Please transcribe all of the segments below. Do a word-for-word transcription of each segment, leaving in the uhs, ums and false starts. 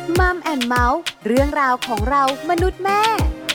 มัมแอนด์เมาส์เรื่องราวของเรามนุษย์แม่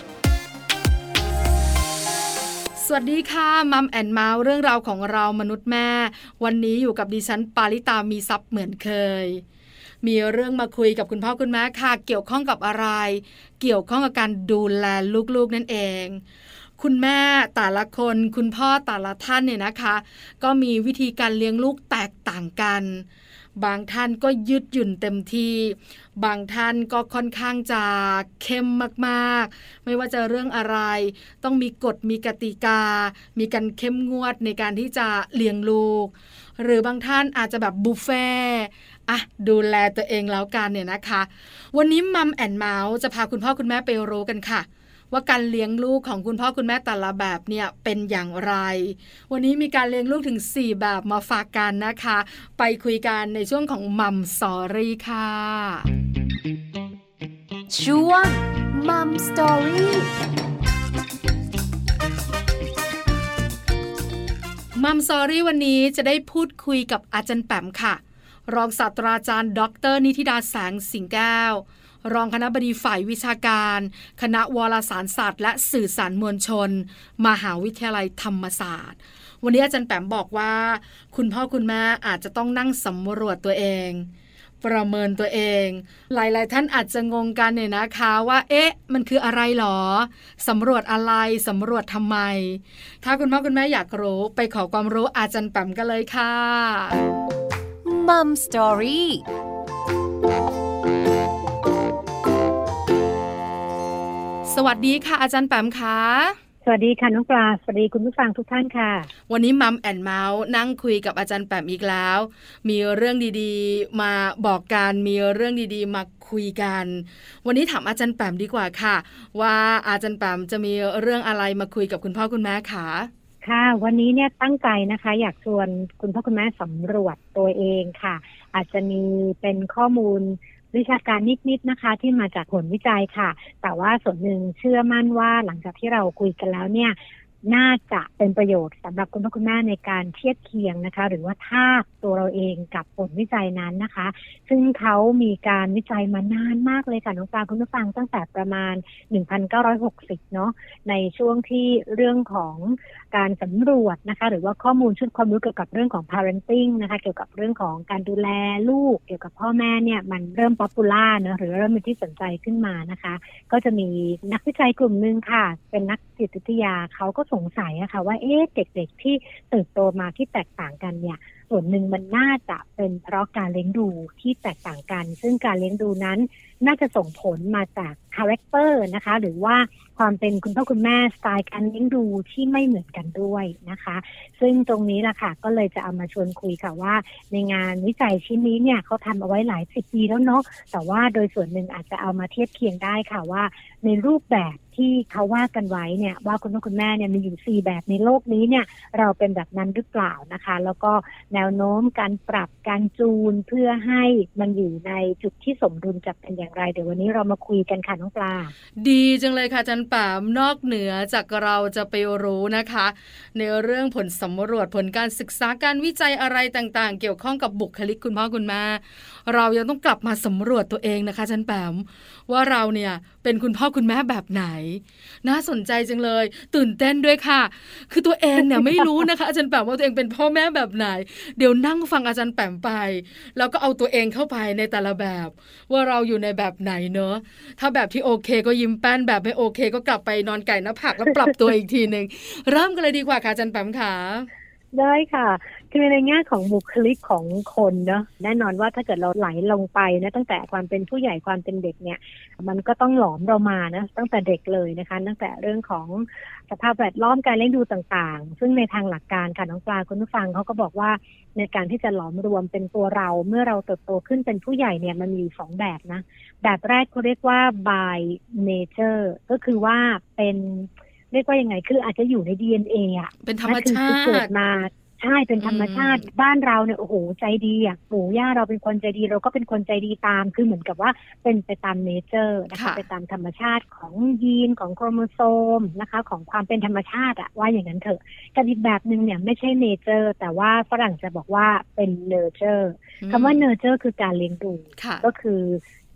สวัสดีค่ะมัมแอนด์เมาส์เรื่องราวของเรามนุษย์แม่วันนี้อยู่กับดิฉันปาริตามีซับเหมือนเคยมีเรื่องมาคุยกับคุณพ่อคุณแม่ค่ะเกี่ยวข้องกับอะไรเกี่ยวข้องกับการดูแลลูกๆนั่นเองคุณแม่แต่ละคนคุณพ่อแต่ละท่านเนี่ยนะคะก็มีวิธีการเลี้ยงลูกแตกต่างกันบางท่านก็ยืดหยุ่นเต็มที่บางท่านก็ค่อนข้างจะเข้มมากๆไม่ว่าจะเรื่องอะไรต้องมีกฎมีกติกามีการเข้มงวดในการที่จะเลี้ยงลูกหรือบางท่านอาจจะแบบบุฟเฟ่อ่ะดูแลตัวเองแล้วกันเนี่ยนะคะวันนี้มัมแอนด์เมาส์จะพาคุณพ่อคุณแม่ไปรู้กันค่ะว่าการเลี้ยงลูกของคุณพ่อคุณแม่แต่ละแบบเนี่ยเป็นอย่างไรวันนี้มีการเลี้ยงลูกถึงสี่แบบมาฝากกันนะคะไปคุยกันในช่วงของมัมสอรี่ค่ะช่วงมัมสอรี่มัมสอรี่วันนี้จะได้พูดคุยกับอาจารย์แปมค่ะรองศาสตราจารย์ดรนิธิดาแสงสิงแก้วรองคณบดีฝ่ายวิชาการคณะวารสารศาสตร์และสื่อสารมวลชนมหาวิทยาลัยธรรมศาสตร์วันนี้อาจารย์แปมบอกว่าคุณพ่อคุณแม่อาจจะต้องนั่งสำรวจตัวเองประเมินตัวเองหลายๆท่านอาจจะงงกันเนี่ยนะคะว่าเอ๊ะมันคืออะไรหรอสำรวจอะไรสำรวจทำไมถ้าคุณพ่อคุณแม่อยากรู้ไปขอความรู้อาจารย์แปมกันเลยค่ะมัมสตอรี่สวัสดีค่ะอาจารย์แปมค่ะสวัสดีค่ะน้องปลาสวัสดีคุณผู้ฟังทุกท่านค่ะวันนี้มัมแอนด์เมาส์นั่งคุยกับอาจารย์แปมอีกแล้วมีเรื่องดีๆมาบอกกันมีเรื่องดีๆมาคุยกันวันนี้ถามอาจารย์แปมดีกว่าค่ะว่าอาจารย์แปมจะมีเรื่องอะไรมาคุยกับคุณพ่อคุณแม่คะค่ะวันนี้เนี่ยตั้งใจนะคะอยากชวนคุณพ่อคุณแม่สำรวจตัวเองค่ะอาจจะมีเป็นข้อมูลวิชาการนิดๆนะคะที่มาจากผลวิจัยค่ะแต่ว่าส่วนหนึ่งเชื่อมั่นว่าหลังจากที่เราคุยกันแล้วเนี่ยน่าจะเป็นประโยชน์สำหรับคุณพ่อคุณแม่ในการเทียบเคียงนะคะหรือว่าทาบตัวเราเองกับผลวิจัยนั้นนะคะซึ่งเขามีการวิจัยมานานมากเลยค่ะน้องปลาคุณผู้ฟังตั้งแต่ประมาณหนึ่งพันเก้าร้อยหกสิบเนาะในช่วงที่เรื่องของการสำรวจนะคะหรือว่าข้อมูลชุดความรู้เกี่ยวกับเรื่องของ parenting นะคะเกี่ยวกับเรื่องของการดูแลลูกเกี่ยวกับพ่อแม่เนี่ยมันเริ่มป๊อปปูล่าเนอะหรือเริ่มเป็นที่สนใจขึ้นมานะคะก็จะมีนักวิจัยกลุ่มนึงค่ะเป็นนักจิตวิทยาเขาก็สงสัยอะค่ะว่าเอ๊ะเด็กๆที่เติบโตมาที่แตกต่างกันเนี่ยส่วนหนึ่งมันน่าจะเป็นเพราะการเลี้ยงดูที่แตกต่างกันซึ่งการเลี้ยงดูนั้นน่าจะส่งผลมาจากคาแรคเตอร์นะคะหรือว่าความเป็นคุณพ่อคุณแม่สไตล์การเลี้ยงดูที่ไม่เหมือนกันด้วยนะคะซึ่งตรงนี้ล่ะค่ะก็เลยจะเอามาชวนคุยค่ะว่าในงานวิจัยชิ้นนี้เนี่ยเขาทำเอาไว้หลายสิบปีแล้วเนาะแต่ว่าโดยส่วนหนึ่งอาจจะเอามาเทียบเคียงได้ค่ะว่าในรูปแบบที่เขาว่ากันไว้เนี่ยว่าคุณพ่อคุณแม่เนี่ยมีอยู่สี่แบบในโลกนี้เนี่ยเราเป็นแบบนั้นหรือเปล่านะคะแล้วก็แนวโน้มการปรับการจูนเพื่อให้มันอยู่ในจุดที่สมดุลจะเป็นอย่างไรเดี๋ยววันนี้เรามาคุยกันค่ะน้องปลาดีจังเลยค่ะอาจารย์แปมนอกเหนือจากเราจะไปรู้นะคะในเรื่องผลสำรวจผลการศึกษาการวิจัยอะไรต่างๆเกี่ยวข้องกับบุคลิกคุณพ่อคุณแม่เรายังต้องกลับมาสำรวจตัวเองนะคะอาจารย์แปมว่าเราเนี่ยเป็นคุณพ่อคุณแม่แบบไหนน่าสนใจจังเลยตื่นเต้นด้วยค่ะคือตัวเองเนี่ยไม่รู้นะคะอาจารย์แปมว่าตัวเองเป็นพ่อแม่แบบไหนเดี๋ยวนั่งฟังอาจารย์แปมไปแล้วก็เอาตัวเองเข้าไปในแต่ละแบบว่าเราอยู่ในแบบไหนเนอะถ้าแบบที่โอเคก็ยิ้มแป้นแบบไม่โอเคก็กลับไปนอนไก่หน้าผากแล้วปรับตัวอีกทีนึงเริ่มกันเลยดีกว่าค่ะอาจารย์แปมค่ะได้ค่ะคือในแง่ของบุคลิกของคนเนาะแน่นอนว่าถ้าเกิดเราไหลลงไปนะตั้งแต่ความเป็นผู้ใหญ่ความเป็นเด็กเนี่ยมันก็ต้องหลอมเรามานะตั้งแต่เด็กเลยนะคะตั้งแต่เรื่องของสภาพแวดล้อมการเลี้ยงดูต่างๆซึ่งในทางหลักการค่ะน้องปลาคุณผู้ฟังเขาก็บอกว่าในการที่จะหลอมรวมเป็นตัวเราเมื่อเราเติบโตขึ้นเป็นผู้ใหญ่เนี่ยมันมีสองแบบนะแบบแรกเขาเรียกว่า by nature ก็คือว่าเป็นเรียกว่ายังไงคืออาจจะอยู่ใน ดี เอ็น เอ อ่ะเป็นธรรมชาติเกิดมาใช่เป็นธรรมชาติบ้านเราเนี่ยโอ้โหใจดีอ่ะปู่ย่าเราเป็นคนใจดีเราก็เป็นคนใจดีตามคือเหมือนกับว่าเป็นไปตามเนเจอร์นะคะไปตามธรรมชาติของยีนของโครโมโซมนะคะของความเป็นธรรมชาติอะว่าอย่างนั้นเถอะกับอีกแบบนึงเนี่ยไม่ใช่เนเจอร์แต่ว่าฝรั่งจะบอกว่าเป็นเนอร์เจอร์คำว่าเนอร์เจอร์คือการเลี้ยงดูก็คือ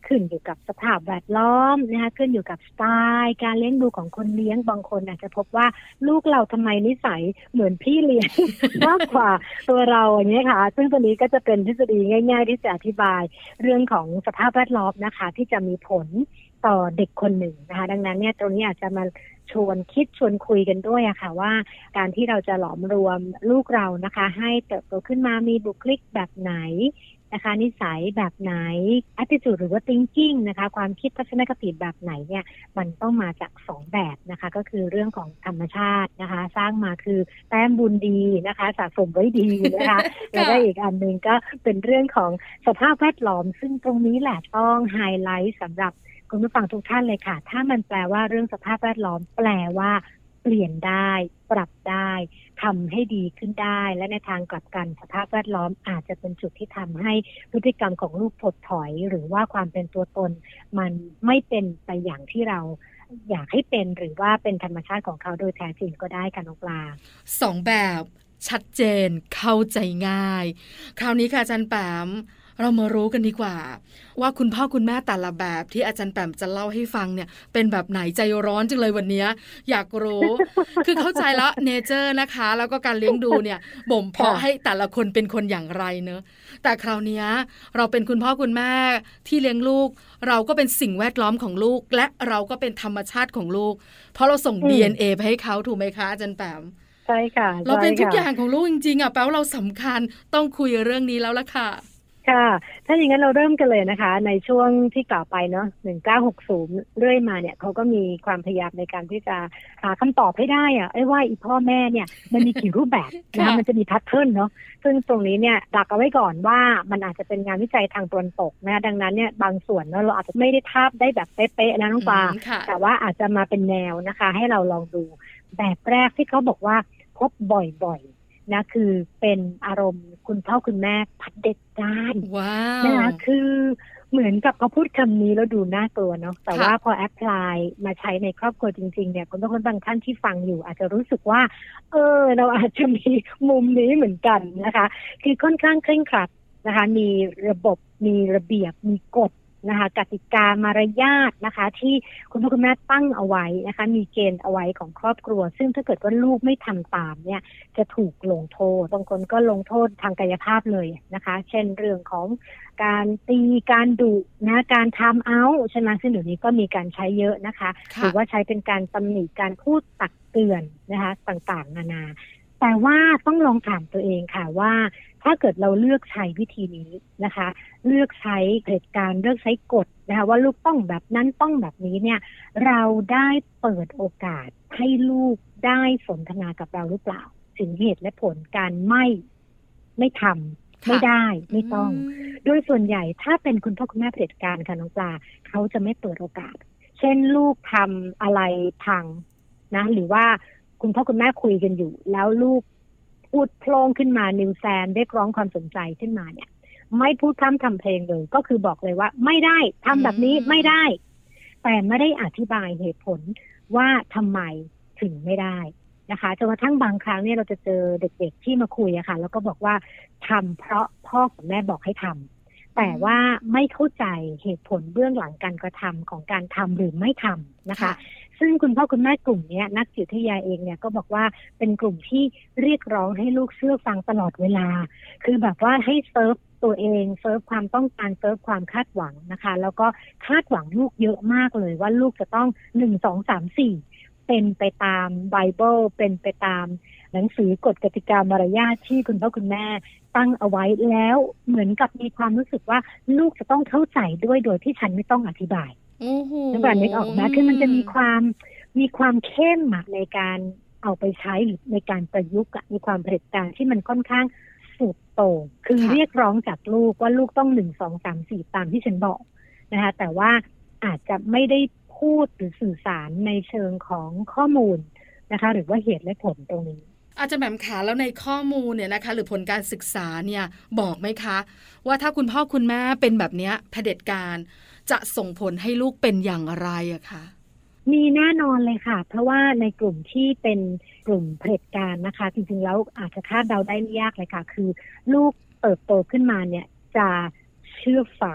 ขึ้นอยู่กับสภาพแวดล้อมนะคะขึ้นอยู่กับสไตล์การเลี้ยงดูของคนเลี้ยงบางคนอาจจะพบว่าลูกเราทำไมนิสัยเหมือนพี่เลี้ยง มากกว่าตัวเราอย่างนี้ค่ะซึ่งตัวนี้ก็จะเป็นทฤษฎีง่ายๆที่จะอธิบายเรื่องของสภาพแวดล้อมนะคะที่จะมีผลต่อเด็กคนหนึ่งนะคะดังนั้นเนี่ยตรงนี้อาจจะมาชวนคิดชวนคุยกันด้วยอะค่ะว่าการที่เราจะหลอมรวมลูกเรานะคะให้เติบโตขึ้นมามีบุคลิกแบบไหนนะคะนิสัยแบบไหน attitude หรือว่า thinking นะคะความคิดทัศนคติแบบไหนเนี่ยมันต้องมาจากสองแบบนะคะก็คือเรื่องของธรรมชาตินะคะสร้างมาคือแต้มบุญดีนะคะสะสมไว้ดีนะคะ แล้วก็อีกอันนึงก็เป็นเรื่องของสภาพแวดล้อมซึ่งตรงนี้แหละต้องไฮไลท์สำหรับคุณผู้ฟังทุกท่านเลยค่ะถ้ามันแปลว่าเรื่องสภาพแวดล้อมแปลว่าเปลี่ยนได้ปรับได้ทำให้ดีขึ้นได้และในทางกลับกันสภาพแวดล้อมอาจจะเป็นจุดที่ทำให้พฤติกรรมของลูกถดถอยหรือว่าความเป็นตัวตนมันไม่เป็นไปอย่างที่เราอยากให้เป็นหรือว่าเป็นธรรมชาติของเขาโดยแท้จริงก็ได้ค่ะน้องปลาสองแบบชัดเจนเข้าใจง่ายคราวนี้ค่ะอาจารย์แปมเรามารู้กันดีกว่าว่าคุณพ่อคุณแม่แต่ละแบบที่อาจารย์แปมจะเล่าให้ฟังเนี่ยเป็นแบบไหนใจร้อนจังเลยวันนี้อยากรู้ คือเข้าใจแล้วเนเจอร์นะคะแล้วก็การเลี้ยงดูเนี่ยบ่มเพาะให้แต่ละคนเป็นคนอย่างไรเนอะแต่คราวนี้เราเป็นคุณพ่อคุณแม่ที่เลี้ยงลูกเราก็เป็นสิ่งแวดล้อมของลูกและเราก็เป็นธรรมชาติของลูกเพราะเราส่ง ดี เอ็น เอ ไปให้เขาถูกไหมคะอาจารย์แปมใช่ค่ะเราเป็นทุกอย่างของลูกจริงๆอ่ะแปลว่าเราสำคัญต้องคุยเรื่องนี้แล้วล่ะค่ะค่ะถ้าอย่างนั้นเราเริ่มกันเลยนะคะในช่วงที่กล่าวไปเนาะหนึ่งเก้าหกศูนย์เรื่อยมาเนี่ยเขาก็มีความพยายามในการที่จะหาคำตอบให้ได้อะไอ้ว่าอีพ่อแม่เนี่ยมันมีกี่รูปแบบนะมันจะมีแพทเทิร์นเนาะซึ่งตรงนี้เนี่ยดักเอาไว้ก่อนว่ามันอาจจะเป็นงานวิจัยทางตะวันตกนะดังนั้นเนี่ยบางส่วนเราอาจจะไม่ได้ทาบได้แบบเป๊ะๆนะน้องปลาแต่ว่าอาจจะมาเป็นแนวนะคะให้เราลองดูแบบแรกที่เขาบอกว่าพบบ่อยๆนะคือเป็นอารมณ์คุณพ่อคุณแม่พัดเด็กด้านนะคะคือเหมือนกับเขาพูดคำนี้แล้วดูน่ากลัวเนาะแต่ว่าพอแอพพลายมาใช้ในครอบครัวจริงๆเนี่ยคุณผู้ชมบางท่านที่ฟังอยู่อาจจะรู้สึกว่าเออเราอาจจะมีมุมนี้เหมือนกันนะคะคือค่อนข้างเคร่งครัดนะคะมีระบบมีระเบียบมีกฎนะคะกติกามารยาทนะคะที่คุณพ่อคุณแม่ตั้งเอาไว้นะคะมีเกณฑ์เอาไว้ของครอบครัวซึ่งถ้าเกิดว่าลูกไม่ทำตามเนี่ยจะถูกลงโทษบางคนก็ลงโทษทางกายภาพเลยนะคะเช่นเรื่องของการตีการดุนะการทำเอาใช่ไหมซึ่งเดี๋ยวนี้ก็มีการใช้เยอะนะคะหรือว่าใช้เป็นการตำหนิการพูดตักเตือนนะคะต่างๆนานาแต่ว่าต้องลองถามตัวเองค่ะว่าถ้าเกิดเราเลือกใช้วิธีนี้นะคะเลือกใช้เหตุการณ์เลือกใช้กฎนะคะว่าลูกต้องแบบนั้นต้องแบบนี้เนี่ยเราได้เปิดโอกาสให้ลูกได้สนทนากับเราหรือเปล่าถึงเหตุและผลการไม่ไม่ทำไม่ได้ไม่ต้องโดยส่วนใหญ่ถ้าเป็นคุณพ่อคุณแม่เผด็จการค่ะน้องปลาเขาจะไม่เปิดโอกาสเช่นลูกทำอะไรพังนะหรือว่าคุณพ่อคุณแม่คุยกันอยู่แล้วลูกพูดโพล่งขึ้นมานิวแซนเรียกร้องความสนใจขึ้นมาเนี่ยไม่พูดพร่ำทำเพลงเลยก็คือบอกเลยว่าไม่ได้ทำแบบนี้ไม่ได้แต่ไม่ได้อธิบายเหตุผลว่าทำไมถึงไม่ได้นะคะจนกระทั่งบางครั้งเนี่ยเราจะเจอเด็กๆที่มาคุยอะค่ะแล้วก็บอกว่าทำเพราะพ่อกับแม่บอกให้ทำแต่ว่าไม่เข้าใจเหตุผลเบื้องหลังการกระทำของการทำหรือไม่ทำนะคะซึ่งคุณพ่อคุณแม่กลุ่มนี้นักจิตวิทยาเองเนี่ยก็บอกว่าเป็นกลุ่มที่เรียกร้องให้ลูกเชื่อฟังตลอดเวลาคือแบบว่าให้เซิร์ฟตัวเองเซิร์ฟความต้องการเซิร์ฟความคาดหวังนะคะแล้วก็คาดหวังลูกเยอะมากเลยว่าลูกจะต้องหนึ่ง สอง สาม สี่เป็นไปตามไบเบิลเป็นไปตามหนังสือกฎกติกามารยาทที่คุณพ่อคุณแม่ตั้งเอาไว้แล้วเหมือนกับมีความรู้สึกว่าลูกจะต้องเข้าใจด้วยโดยที่ฉันไม่ต้องอธิบายนึกแบบนึกออกนะคือมันจะมีความมีความเข้มในการเอาไปใช้หรือในการประยุกต์มีความเผด็จการที่มันค่อนข้างสุดโต่งคือเรียกร้องจากลูกว่าลูกต้องหนึ่งสองสามสี่ตามที่ฉันบอกนะคะแต่ว่าอาจจะไม่ได้พูดหรือสื่อสารในเชิงของข้อมูลนะคะหรือว่าเหตุและผลตรงนี้อาจารย์แหม่มขาแล้วในข้อมูลเนี่ยนะคะหรือผลการศึกษาเนี่ยบอกไหมคะว่าถ้าคุณพ่อคุณแม่เป็นแบบนี้เผด็จการจะส่งผลให้ลูกเป็นอย่างไรอะคะมีแน่นอนเลยค่ะเพราะว่าในกลุ่มที่เป็นกลุ่มเผด็จการนะคะจริงๆแล้วอาจจะคาดเดาได้ยากเลยค่ะคือลูกเติบโตขึ้นมาเนี่ยจะเชื่อฟัง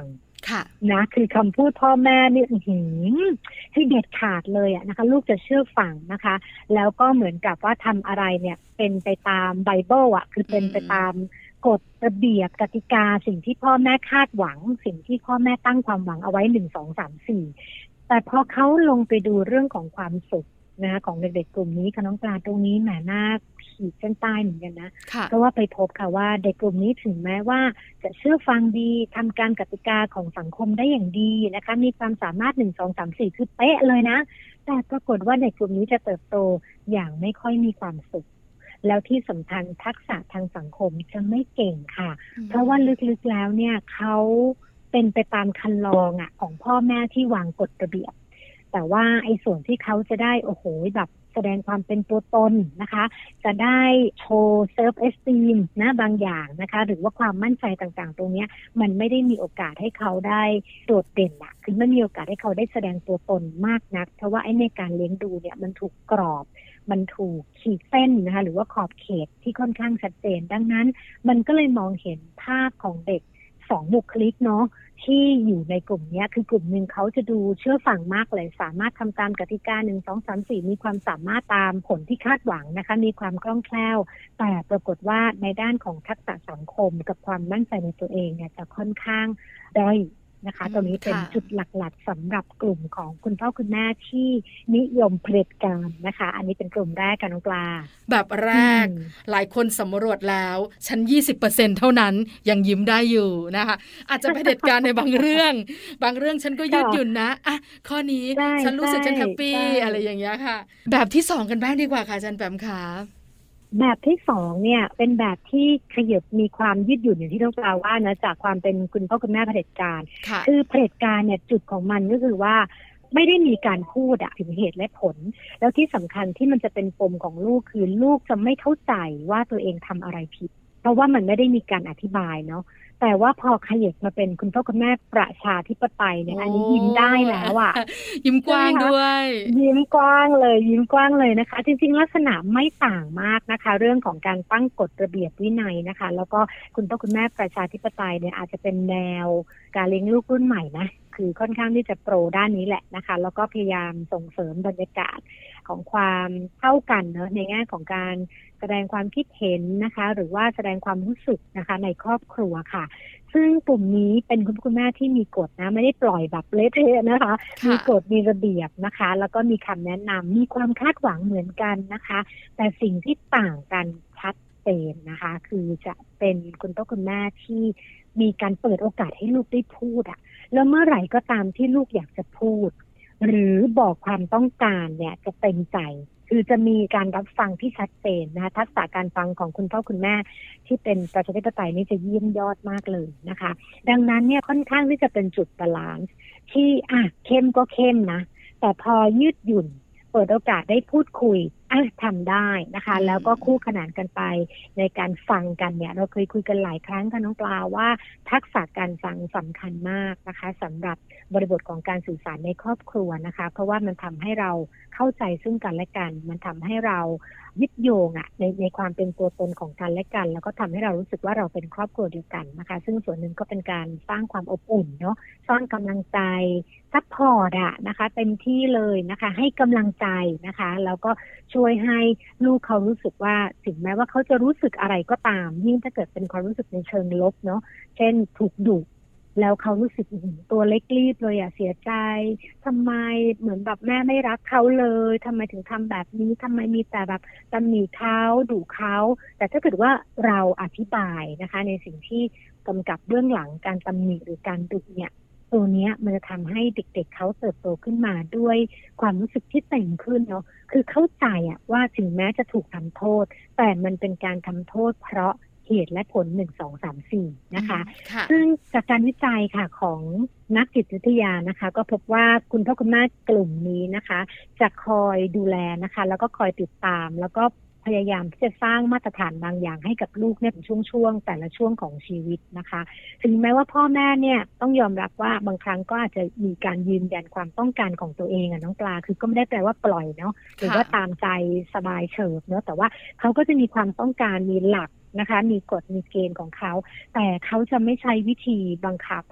นะคือคำพูดพ่อแม่นี่ที่เด็ดขาดเลยอะนะคะลูกจะเชื่อฟังนะคะแล้วก็เหมือนกับว่าทำอะไรเนี่ยเป็นไปตามไบเบิลอะคือเป็นไปตามกฎระเบียบกติกาสิ่งที่พ่อแม่คาดหวังสิ่งที่พ่อแม่ตั้งความหวังเอาไว้หนึ่งสองสามสี่แต่พอเขาลงไปดูเรื่องของความสุขนะของเด็กๆกลุ่มนี้ค่ะน้องปลาตรงนี้แหมน่าขีดเส้นใต้เหมือนกันนะเพราะว่าไปพบค่ะว่าเด็กกลุ่มนี้ถึงแม้ว่าจะเชื่อฟังดีทำการกติกาของสังคมได้อย่างดีนะคะมีความสามารถหนึ่งสองสามสี่คือเป๊ะเลยนะแต่ปรากฏว่าเด็กกลุ่มนี้จะเติบโตอย่างไม่ค่อยมีความสุขแล้วที่สำคัญทักษะทางสังคมจะไม่เก่งค่ะเพราะว่าลึกๆแล้วเนี่ยเขาเป็นไปตามคันลองอ่ะของพ่อแม่ที่วางกฎระเบียบแต่ว่าไอ้ส่วนที่เขาจะได้โอ้โหแบบแสดงความเป็นตัวตนนะคะจะได้โชว์เซลฟ์เอสตีมนะบางอย่างนะคะหรือว่าความมั่นใจต่างๆตรงนี้มันไม่ได้มีโอกาสให้เขาได้โดดเด่นอะคือไม่มีโอกาสให้เขาได้แสดงตัวตนมากนักเพราะว่าไอ้ในการเลี้ยงดูเนี่ยมันถูกกรอบมันถูกขีดเส้นนะคะหรือว่าขอบเขตที่ค่อนข้างชัดเจนดังนั้นมันก็เลยมองเห็นภาพของเด็กสองบุคลิกเนาะที่อยู่ในกลุ่มนี้คือกลุ่มหนึ่งเขาจะดูเชื่อฟังมากเลยสามารถทำตามกติกาหนึ่งสองสามสี่มีความสามารถตามผลที่คาดหวังนะคะมีความคล่องแคล่วแต่ปรากฏว่าในด้านของทักษะสังคมกับความมั่นใจในตัวเองเนี่ยจะค่อนข้างด้อยนะคะตรงนี้เป็นจุดหลักๆสำหรับกลุ่มของคุณพ่อคุณแม่ที่นิยมเผด็จการนะคะอันนี้เป็นกลุ่มแรกกันน้องปลาแบบแรกหลายคนสำรวจแล้วฉัน ยี่สิบเปอร์เซ็นต์ เท่านั้นยังยิ้มได้อยู่นะคะอาจจะเผด็จการในบางเรื่องบางเรื่องฉันก็ยืดหยุ่นนะอ่ะข้อนี้ฉันรู้สึกฉันแฮปปี้อะไรอย่างเงี้ยค่ะแบบที่สองกันบ้างดีกว่าค่ะอาจารย์แปมขาแบบที่สองเนี่ยเป็นแบบที่ขยับมีความยืดหยุ่นอย่างที่ต้องกล่าวว่านะจากความเป็นคุณพ่อคุณแม่เผด็จการคือเผด็จการเนี่ยจุดของมันก็คือว่าไม่ได้มีการพูดอะถึงเหตุและผลแล้วที่สำคัญที่มันจะเป็นปมของลูกคือลูกจะไม่เข้าใจว่าตัวเองทำอะไรผิดเพราะว่ามันไม่ได้มีการอธิบายเนาะแต่ว่าพอขยับมาเป็นคุณพ่อคุณแม่ประชาธิปไตยเนี่ยอันนี้ยิ้มได้แล้วอ่ะยิ้มกว้างด้วยยิ้มกว้างเลยยิ้มกว้างเลยนะคะจริงๆลักษณะไม่ต่างมากนะคะเรื่องของการตั้งกฎระเบียบวินัยนะคะแล้วก็คุณพ่อคุณแม่ประชาธิปไตยเนี่ยอาจจะเป็นแนวการเลี้ยงลูกรุ่นใหม่นะคือค่อนข้างที่จะโปรด้านนี้แหละนะคะแล้วก็พยายามส่งเสริมบรรยากาศของความเท่ากันเนอะในแง่ของการแสดงความคิดเห็นนะคะหรือว่าแสดงความรู้สึกนะคะในครอบครัวค่ะซึ่งกลุ่มนี้เป็นคุณคุณแม่ที่มีกฎนะไม่ได้ปล่อยแบบเละเทะนะคะมีกฎมีระเบียบนะคะแล้วก็มีคำแนะนำมีความคาดหวังเหมือนกันนะคะแต่สิ่งที่ต่างกันชัดเจนนะคะคือจะเป็นคุณพ่อคุณแม่ที่มีการเปิดโอกาสให้ลูกได้พูดอะแล้วเมื่อไหร่ก็ตามที่ลูกอยากจะพูดหรือบอกความต้องการเนี่ยจะเต็มใจคือจะมีการรับฟังที่ชัดเจนนะคะทักษะการฟังของคุณพ่อคุณแม่ที่เป็นประชาธิปไตยนี่จะเยี่ยมยอดมากเลยนะคะดังนั้นเนี่ยค่อนข้างที่จะเป็นจุดบาลานซ์ที่อ่ะเข้มก็เข้มนะแต่พอยืดหยุ่นเปิดโอกาสได้พูดคุยอ่ะทำได้นะคะแล้วก็คู่ขนานกันไปในการฟังกันเนี่ยเราเคยคุยกันหลายครั้งค่ะน้องปลาว่าทักษะการฟังสำคัญมากนะคะสำหรับบริบทของการสื่อสารในครอบครัวนะคะเพราะว่ามันทำให้เราเข้าใจซึ่งกันและกันมันทำให้เรายึดโยงอ่ะในในความเป็นตัวตนของกันและกันแล้วก็ทำให้เรารู้สึกว่าเราเป็นครอบครัวเดียวกันนะคะซึ่งส่วนหนึ่งก็เป็นการสร้างความอบอุ่นเนาะสร้างกำลังใจซัพพอร์ตอ่ะนะคะเต็มที่เลยนะคะให้กำลังใจนะคะแล้วก็ช่วยให้ลูกเขารู้สึกว่าถึงแม้ว่าเขาจะรู้สึกอะไรก็ตามยิ่งถ้าเกิดเป็นความรู้สึกในเชิงลบเนาะเช่นถูกดุแล้วเขารู้สึกตัวเล็กรีบเลยอ่ะเสียใจทำไมเหมือนแบบแม่ไม่รักเขาเลยทำไมถึงทำแบบนี้ทำไมมีแต่แบบตำหนิเขาดุเขาแต่ถ้าเกิดว่าเราอธิบายนะคะในสิ่งที่กำกับเบื้องหลังการตำหนิหรือการดุเนี่ยตัวนี้มันจะทำให้เด็กๆ เ, เขาเติบโตขึ้นมาด้วยความรู้สึกที่แต่งขึ้นเนาะคือเข้าใจอะว่าถึงแม้จะถูกทำโทษแต่มันเป็นการทำโทษเพราะเหตุและผลหนึ่ง สอง สาม สี่นะคะซึ่งจากการวิจัยค่ะของนักจิตวิทยานะคะก็พบว่าคุณพ่อคุณแม่กลุ่มนี้นะคะจะคอยดูแลนะคะแล้วก็คอยติดตามแล้วก็พยายามที่จะสร้างมาตรฐานบางอย่างให้กับลูกเนี่ยเป็นช่วงๆแต่ละช่วงของชีวิตนะคะถึงแม้ว่าพ่อแม่เนี่ยต้องยอมรับว่าบางครั้งก็อาจจะมีการยืนยันความต้องการของตัวเองอะน้องปลาคือก็ไม่ได้แปลว่าปล่อยเนาะหรือว่าตามใจสบายเฉิบเนาะแต่ว่าเขาก็จะมีความต้องการมีหลักนะคะมีกฎมีเกณฑ์ของเขาแต่เขาจะไม่ใช้วิธีบังคับอะค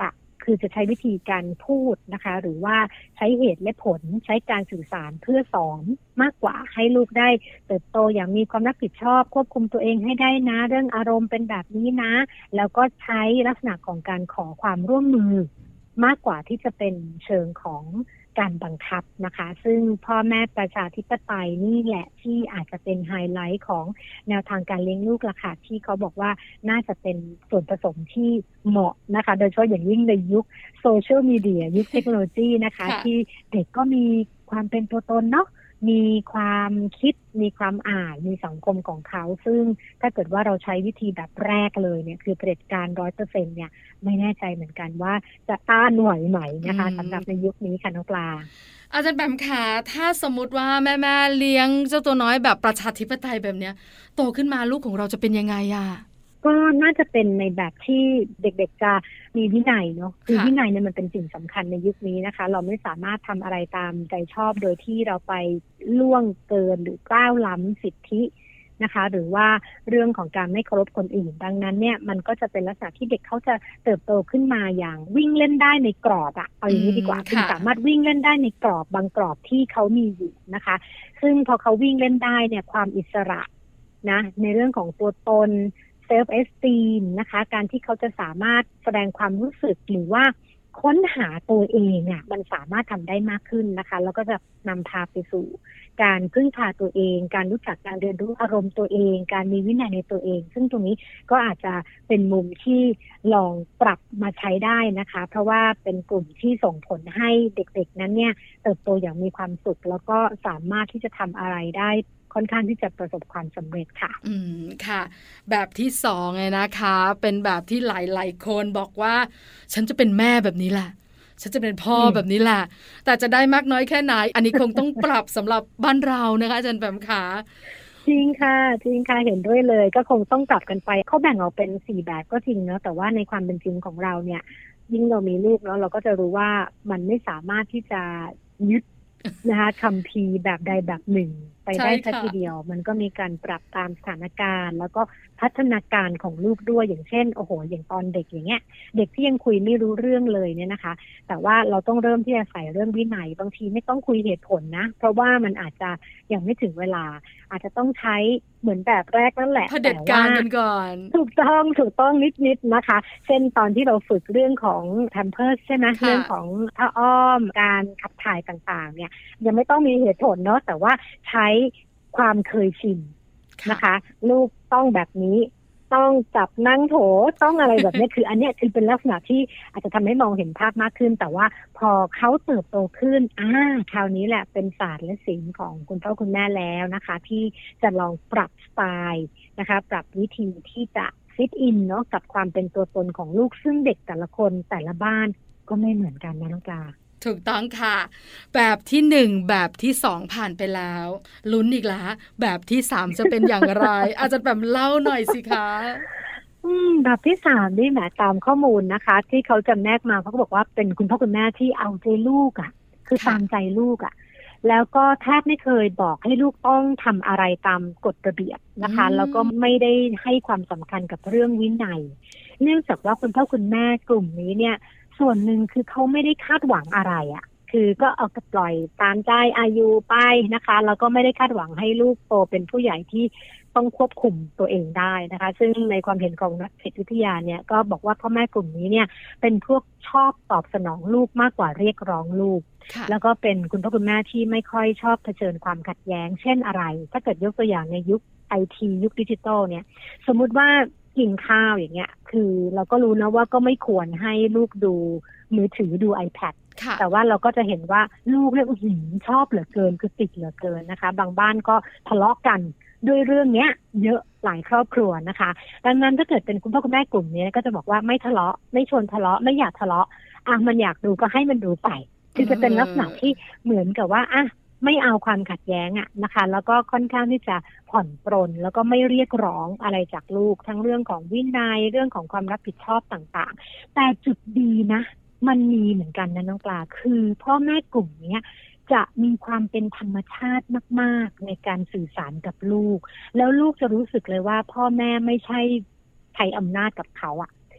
คือจะใช้วิธีการพูดนะคะหรือว่าใช้เหตุและผลใช้การสื่อสารเพื่อสอนมากกว่าให้ลูกได้เติบโตอย่างมีความรับผิดชอบควบคุมตัวเองให้ได้นะเรื่องอารมณ์เป็นแบบนี้นะแล้วก็ใช้ลักษณะของการขอความร่วมมือมากกว่าที่จะเป็นเชิงของการบังคับนะคะซึ่งพ่อแม่ประชาธิปไตยนี่แหละที่อาจจะเป็นไฮไลท์ของแนวทางการเลี้ยงลูกละค่ะที่เขาบอกว่าน่าจะเป็นส่วนผสมที่เหมาะนะคะโดยเฉพาะอย่างยิ่งในยุคโซเชียลมีเดียยุคเทคโนโลยีนะคะที่เด็กก็มีความเป็นตัวตนเนาะมีความคิดมีความอ่านมีสังคมของเขาซึ่งถ้าเกิดว่าเราใช้วิธีแบบแรกเลยเนี่ยคือเผด็จการร้อยเปอร์เซ็นต์เนี่ยไม่แน่ใจเหมือนกันว่าจะต้านไหวไหมนะคะสำหรับในยุคนี้ค่ะน้องปลาอาจารย์แบมคะถ้าสมมติว่าแม่แม่เลี้ยงเจ้าตัวน้อยแบบประชาธิปไตยแบบเนี้ยโตขึ้นมาลูกของเราจะเป็นยังไงอะก็น่าจะเป็นในแบบที่เด็กๆจะมีวินัยเนาะคือวินัยเนี่ยมันเป็นสิ่งสำคัญในยุคนี้นะคะเราไม่สามารถทำอะไรตามใจชอบโดยที่เราไปล่วงเกินหรือก้าวล้ำสิทธินะคะหรือว่าเรื่องของการไม่เคารพคนอื่นดังนั้นเนี่ยมันก็จะเป็นลักษณะที่เด็กเขาจะเติบโตขึ้นมาอย่างวิ่งเล่นได้ในกรอบอะเอาอย่างนี้ดีกว่าคือสามารถวิ่งเล่นได้ในกรอบบางกรอบที่เขามีอยู่นะคะซึ่งพอเขาวิ่งเล่นได้เนี่ยความอิสระนะในเรื่องของตัวตนเซลฟ์เอสตีมนะคะการที่เขาจะสามารถแสดงความรู้สึกหรือว่าค้นหาตัวเองอ่ะมันสามารถทำได้มากขึ้นนะคะแล้วก็จะนำพาไปสู่การพึ่งพาตัวเองการรู้จักการเรียนรู้อารมณ์ตัวเองการมีวินัยในตัวเองซึ่งตรงนี้ก็อาจจะเป็นมุมที่ลองปรับมาใช้ได้นะคะเพราะว่าเป็นกลุ่มที่ส่งผลให้เด็กๆนั้นเนี่ยเติบโตอย่างมีความสุขแล้วก็สามารถที่จะทำอะไรได้ค่อนข้างที่จะประสบความสำเร็จค่ะอืมค่ะแบบที่สองไงนะคะเป็นแบบที่หลายๆคนบอกว่าฉันจะเป็นแม่แบบนี้แหละฉันจะเป็นพ่อแบบนี้แหละแต่จะได้มากน้อยแค่ไหนอันนี้คงต้องปรับสำหรับบ้านเรานะคะอาจารย์แปมขาจริงค่ะจริงค่ะเห็นด้วยเลยก็คงต้องปรับกันไปเขาแบ่งออกเป็นสี่แบบก็จริงเนาะแต่ว่าในความเป็นจริงของเราเนี่ยยิ่งเรามีลูกเนาะเราก็จะรู้ว่ามันไม่สามารถที่จะยึดนะคะคัมภีร์แบบใดแบบหนึ่งไปได้สักทีเดียวมันก็มีการปรับตามสถานการณ์แล้วก็พัฒนาการของลูกด้วยอย่างเช่นโอ้โหอย่างตอนเด็กอย่างเงี้ยเด็กที่ยังคุยไม่รู้เรื่องเลยเนี่ยนะคะแต่ว่าเราต้องเริ่มที่จะใส่เรื่องวินัยบางทีไม่ต้องคุยเหตุผลนะเพราะว่ามันอาจจะยังไม่ถึงเวลาอาจจะต้องใช้เหมือนแบบแรกนั่นแหละเผด็จการกันก่อนถูกต้องถูกต้องนิดๆนะคะเช่นตอนที่เราฝึกเรื่องของแพมเพิร์สใช่ไหมเรื่องของผ้าอ้อมการขับถ่ายต่างๆเนี่ยยังไม่ต้องมีเหตุผลเนาะแต่ว่าใช้ความเคยชินนะคะลูกต้องแบบนี้ต้องจับนั่งโถต้องอะไรแบบนี้ คืออันนี้คือเป็นลักษณะที่อาจจะทำให้มองเห็นภาพมากขึ้นแต่ว่าพอเขาเติบโตขึ้นอ่าคราวนี้แหละเป็นศาสตร์และศิลป์ของคุณพ่อคุณแม่แล้วนะคะที่จะลองปรับสไตล์นะคะปรับวิธีที่จะฟิตอินเนาะกับความเป็นตัวตนของลูกซึ่งเด็กแต่ละคนแต่ละบ้านก็ไม่เหมือนกันนะน้องปลาถูกต้องค่ะแบบที่หนึ่งแบบที่สองผ่านไปแล้วลุ้นอีกแล้วแบบที่สามจะเป็นอย่างไร อาจจะแบบเล่าหน่อยสิคะอืมแบบที่สามนี่แหมตามข้อมูลนะคะที่เขาจำแนกมาเขาก็บอกว่าเป็นคุณพ่อคุณแม่ที่เอาใจลูกอ่ะคือตามใจลูกอ่ะแล้วก็แทบไม่เคยบอกให้ลูกต้องทำอะไรตามกฎระเบียบนะคะแล้วก็ไม่ได้ให้ความสำคัญกับเรื่องวินัยเนื่องจากว่าคุณพ่อคุณแม่กลุ่มนี้เนี่ยส่วนหนึ่งคือเขาไม่ได้คาดหวังอะไรอ่ะคือก็เอาปล่อยตามใจอายุไปนะคะแล้วก็ไม่ได้คาดหวังให้ลูกโตเป็นผู้ใหญ่ที่ต้องควบคุมตัวเองได้นะคะซึ่งในความเห็นของนักจิตวิทยาเนี่ยก็บอกว่าพ่อแม่กลุ่มนี้เนี่ยเป็นพวกชอบตอบสนองลูกมากกว่าเรียกร้องลูกแล้วก็เป็นคุณพ่อคุณแม่ที่ไม่ค่อยชอบเผชิญความขัดแย้งเช่นอะไรถ้าเกิดยกตัวอย่างในยุคไอทียุคดิจิตอลเนี่ยสมมุติว่ากินข้าวอย่างเงี้ยคือเราก็รู้นะว่าก็ไม่ควรให้ลูกดูมือถือดู iPad แต่ว่าเราก็จะเห็นว่าลูกเนี่ยอื้อชอบเหลือเกินคือติดเหลือเกินนะคะบางบ้านก็ทะเลาะกันด้วยเรื่องเนี้ยเยอะหลายครอบครัวนะคะดังนั้นถ้าเกิดเป็นคุณพ่อคุณแม่กลุ่มนี้ก็จะบอกว่าไม่ทะเลาะไม่ชวนทะเลาะไม่อยากทะเลาะอ่ะมันอยากดูก็ให้มันดูไปคือจะเป็นลักษณะที่เหมือนกับว่าอ่ะไม่เอาความขัดแย้งอะนะคะแล้วก็ค่อนข้างที่จะผ่อนปรนแล้วก็ไม่เรียกร้องอะไรจากลูกทั้งเรื่องของวินัยเรื่องของความรับผิดชอบต่างๆแต่จุดดีนะมันมีเหมือนกันนะน้องปลาคือพ่อแม่กลุ่มนี้จะมีความเป็นธรรมชาติมากๆในการสื่อสารกับลูกแล้วลูกจะรู้สึกเลยว่าพ่อแม่ไม่ใช่ใช้อำนาจกับเขาอะ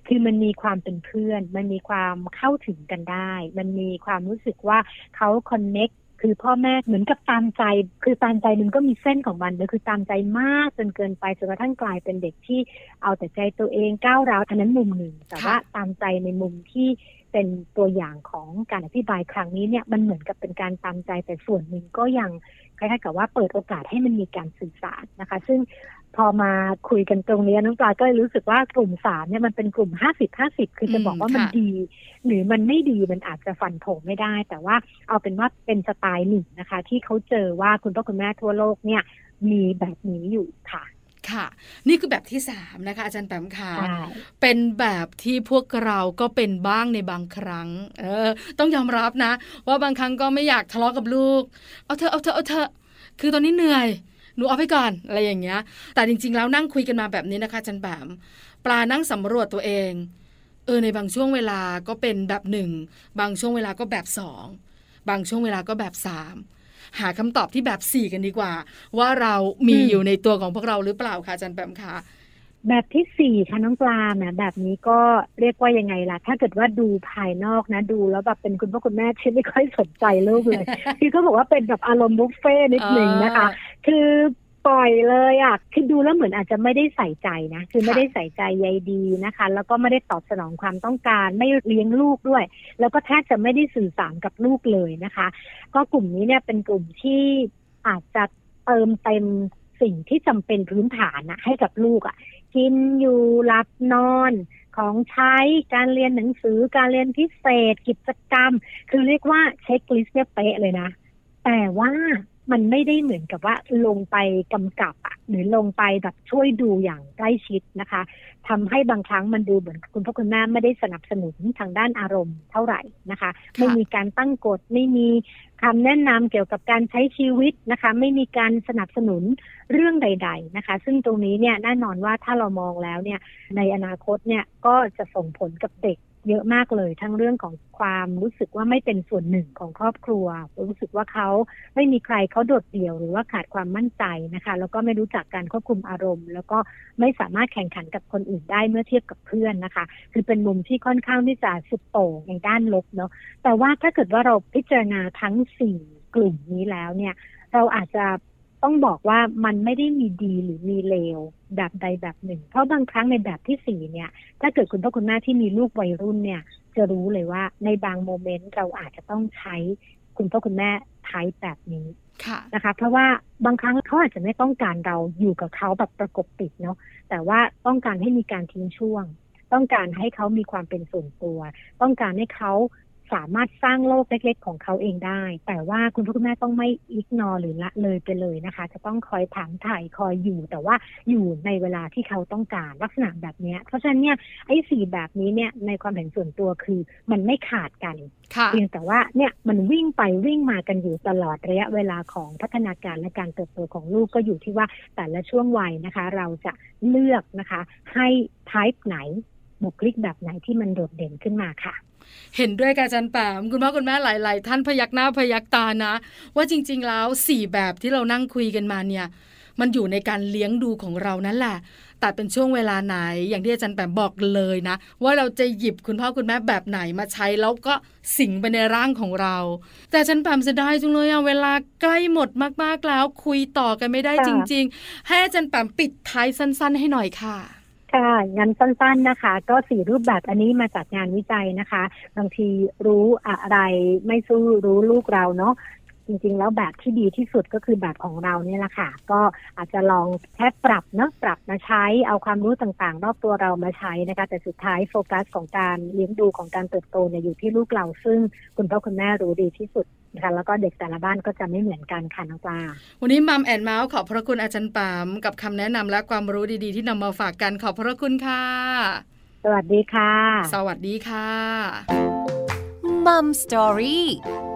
คือมันมีความเป็นเพื่อนมันมีความเข้าถึงกันได้มันมีความรู้สึกว่าเขาคอนเน็กคือพ่อแม่เหมือนกับตามใจคือตามใจมันก็มีเส้นของมันเลยคือตามใจมากจนเกินไปจนกระทั่งกลายเป็นเด็กที่เอาแต่ใจตัวเองก้าวร้าวอันนั้นมุมหนึ่งแต่ว่าตามใจในมุมที่เป็นตัวอย่างของการอธิบายครั้งนี้เนี่ยมันเหมือนกับเป็นการตามใจแต่ส่วนหนึ่งก็ยังคล้ายๆกับว่าเปิดโอกาสให้มันมีการสื่อสารนะคะซึ่งพอมาคุยกันตรงนี้น้องปลาก็รู้สึกว่ากลุ่มสามเนี่ยมันเป็นกลุ่มห้าสิบ ห้าสิบคือจะบอกว่ามันดีหรือมันไม่ดีมันอาจจะฟันธงไม่ได้แต่ว่าเอาเป็นว่าเป็นสไตล์หนึ่งนะคะที่เขาเจอว่าคุณพ่อคุณแม่ทั่วโลกเนี่ยมีแบบนี้อยู่ค่ะค่ะนี่คือแบบที่สามนะคะอาจารย์แปมค่ะเป็นแบบที่พวกเราก็เป็นบ้างในบางครั้งเออต้องยอมรับนะว่าบางครั้งก็ไม่อยากทะเลาะกับลูกเอาเถอะเอาเถอะเอาเถอะคือตอนนี้เหนื่อยหนูเอาไปก่อนอะไรอย่างเงี้ยแต่จริงๆแล้วนั่งคุยกันมาแบบนี้นะคะอาจารย์แปมปลานั่งสำรวจตัวเองเออในบางช่วงเวลาก็เป็นแบบหนึ่งบางช่วงเวลาก็แบบสองบางช่วงเวลาก็แบบสามหาคำตอบที่แบบสี่กันดีกว่าว่าเรามีอยู่ในตัวของพวกเราหรือเปล่าคะอาจารย์แปมคะแบบที่สี่ค่ะน้องปลาแหมแบบนี้ก็เรียกว่ายังไงล่ะถ้าเกิดว่าดูภายนอกนะดูแล้วแบบเป็นคุณพ่อคุณแม่ที่ไม่ค่อยสนใจลูกเลย คือก็บอกว่าเป็นแบบอารมณ์บุฟเฟ่นิดหนึ่งนะคะคือปล่อยเลยอ่ะคือดูแล้วเหมือนอาจจะไม่ได้ใส่ใจนะคือไม่ได้ใส่ใจใยดีนะคะแล้วก็ไม่ได้ตอบสนองความต้องการไม่เลี้ยงลูกด้วยแล้วก็แทบจะไม่ได้สื่อสารกับลูกเลยนะคะก็กลุ่มนี้เนี่ยเป็นกลุ่มที่อาจจะเติมเต็มสิ่งที่จำเป็นพื้นฐานนะให้กับลูกอ่ะกินอยู่หลับนอนของใช้การเรียนหนังสือการเรียนพิเศษกิจกรรมคือเรียกว่าเช็คลิสต์เนี่ยเป๊ะเลยนะแต่ว่ามันไม่ได้เหมือนกับว่าลงไปกำกับอะหรือลงไปแบบช่วยดูอย่างใกล้ชิดนะคะทำให้บางครั้งมันดูเหมือนคุณพ่อคุณแม่ไม่ได้สนับสนุนทางด้านอารมณ์เท่าไหร่นะคะไม่มีการตั้งกฎไม่มีคำแนะนำเกี่ยวกับการใช้ชีวิตนะคะไม่มีการสนับสนุนเรื่องใดๆนะคะซึ่งตรงนี้เนี่ยแน่นอนว่าถ้าเรามองแล้วเนี่ยในอนาคตเนี่ยก็จะส่งผลกับเด็กเยอะมากเลยทั้งเรื่องของความรู้สึกว่าไม่เป็นส่วนหนึ่งของครอบครัวรู้สึกว่าเขาไม่มีใครเขาโดดเดี่ยวหรือว่าขาดความมั่นใจนะคะแล้วก็ไม่รู้จักการควบคุมอารมณ์แล้วก็ไม่สามารถแข่งขันกับคนอื่นได้เมื่อเทียบกับเพื่อนนะคะคือเป็นมุมที่ค่อนข้างที่จะสุดโต่งในด้านลบเนาะแต่ว่าถ้าเกิดว่าเราพิจารณาทั้งสี่กลุ่มนี้แล้วเนี่ยเราอาจจะต้องบอกว่ามันไม่ได้มีดีหรือมีเลวแบบใดแบบหนึ่งเพราะบางครั้งในแบบที่สี่เนี่ยถ้าเกิดคุณพ่อคุณแม่ที่มีลูกวัยรุ่นเนี่ยจะรู้เลยว่าในบางโมเมนต์เราอาจจะต้องใช้คุณพ่อคุณแม่ไทป์แบบนี้นะคะเพราะว่าบางครั้งเขาอาจจะไม่ต้องการเราอยู่กับเขาแบบประกบติดเนาะแต่ว่าต้องการให้มีการทิ้งช่วงต้องการให้เขามีความเป็นส่วนตัวต้องการให้เขาสามารถสร้างโลกเล็กๆของเขาเองได้แต่ว่าคุณพ่อคุณแม่ต้องไม่อิกนอร์หรือละเลยไปเลยนะคะจะต้องคอยถามถ่ายคอยอยู่แต่ว่าอยู่ในเวลาที่เขาต้องการลักษณะแบบนี้เพราะฉะนั้นเนี่ยไอ้สี่แบบนี้เนี่ยในความเห็นส่วนตัวคือมันไม่ขาดกันเพียงแต่ว่าเนี่ยมันวิ่งไปวิ่งมากันอยู่ตลอดระยะเวลาของพัฒนาการและการเติบโตของลูกก็อยู่ที่ว่าแต่ละช่วงวัยนะคะเราจะเลือกนะคะให้ไทป์ไหนบุคลิกแบบไหนที่มันโดดเด่นขึ้นมาค่ะเห็นด้วยกับอาจารย์แปมคุณพ่อคุณแม่หลายๆท่านพยักหน้าพยักตานะว่าจริงๆแล้วสี่แบบที่เรานั่งคุยกันมาเนี่ยมันอยู่ในการเลี้ยงดูของเรานั่นแหละแต่เป็นช่วงเวลาไหนอย่างที่อาจารย์แปมบอกเลยนะว่าเราจะหยิบคุณพ่อคุณแม่แบบไหนมาใช้แล้วก็สิงไปในร่างของเราแต่อาจารย์แปมเสียดายจังเลยอะเวลาใกล้หมดมากๆแล้วคุยต่อกันไม่ได้จริงๆให้อาจารย์แปมปิดท้ายสั้นๆให้หน่อยค่ะค่ะงานสั้นๆนะคะก็สี่รูปแบบอันนี้มาจากงานวิจัยนะคะบางทีรู้อะไรไม่สู้รู้ลูกเราเนาะจริงๆแล้วแบบที่ดีที่สุดก็คือแบบของเราเนี่ยแหละค่ะก็อาจจะลองแค่ปรับเนาะปรับมาใช้เอาความรู้ต่างๆรอบตัวเรามาใช้นะคะแต่สุดท้ายโฟกัสของการเลี้ยงดูของการเติบโตเนี่ยอยู่ที่ลูกเราซึ่งคุณพ่อคุณแม่รู้ดีที่สุดนะคะแล้วก็เด็กแต่ละบ้านก็จะไม่เหมือนกันค่ะน้องปลาวันนี้มัมแอนด์เมาส์ขอบพระคุณอาจารย์ปามกับคำแนะนำและความรู้ดีๆที่นำมาฝากกันขอบพระคุณค่ะสวัสดีค่ะสวัสดีค่ะมัมสตอรี่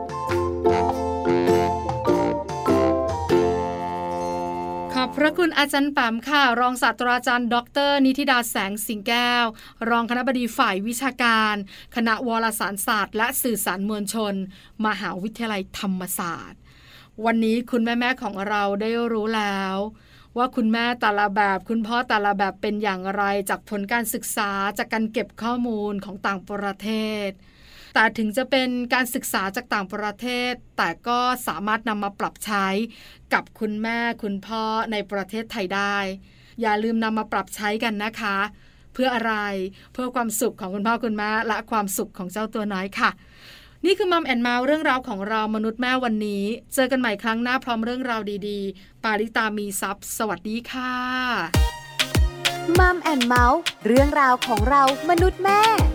ขอบพระคุณอาจารย์ปามค่ะรองศาสตราจารย์ดรนิธิดาแสงสิงแก้วรองคณบดีฝ่ายวิชาการคณะวารสารศาสตร์และสื่อสารมวลชนมหาวิทยาลัยธรรมศาสตร์วันนี้คุณแม่ๆของเราได้รู้แล้วว่าคุณแม่แต่ละแบบคุณพ่อแต่ละแบบเป็นอย่างไรจากผลการศึกษาจากการเก็บข้อมูลของต่างประเทศแต่ถึงจะเป็นการศึกษาจากต่างประเทศแต่ก็สามารถนำมาปรับใช้กับคุณแม่คุณพ่อในประเทศไทยได้อย่าลืมนำมาปรับใช้กันนะคะเพื่ออะไรเพื่อความสุขของคุณพ่อคุณแม่และความสุขของเจ้าตัวน้อยค่ะนี่คือมัมแอนด์เมาส์เรื่องราวของเรามนุษย์แม่วันนี้เจอกันใหม่ครั้งหน้าพร้อมเรื่องราวดีๆปาริตามีทรัพย์สวัสดีค่ะมัมแอนด์เมาส์เรื่องราวของเรามนุษย์แม่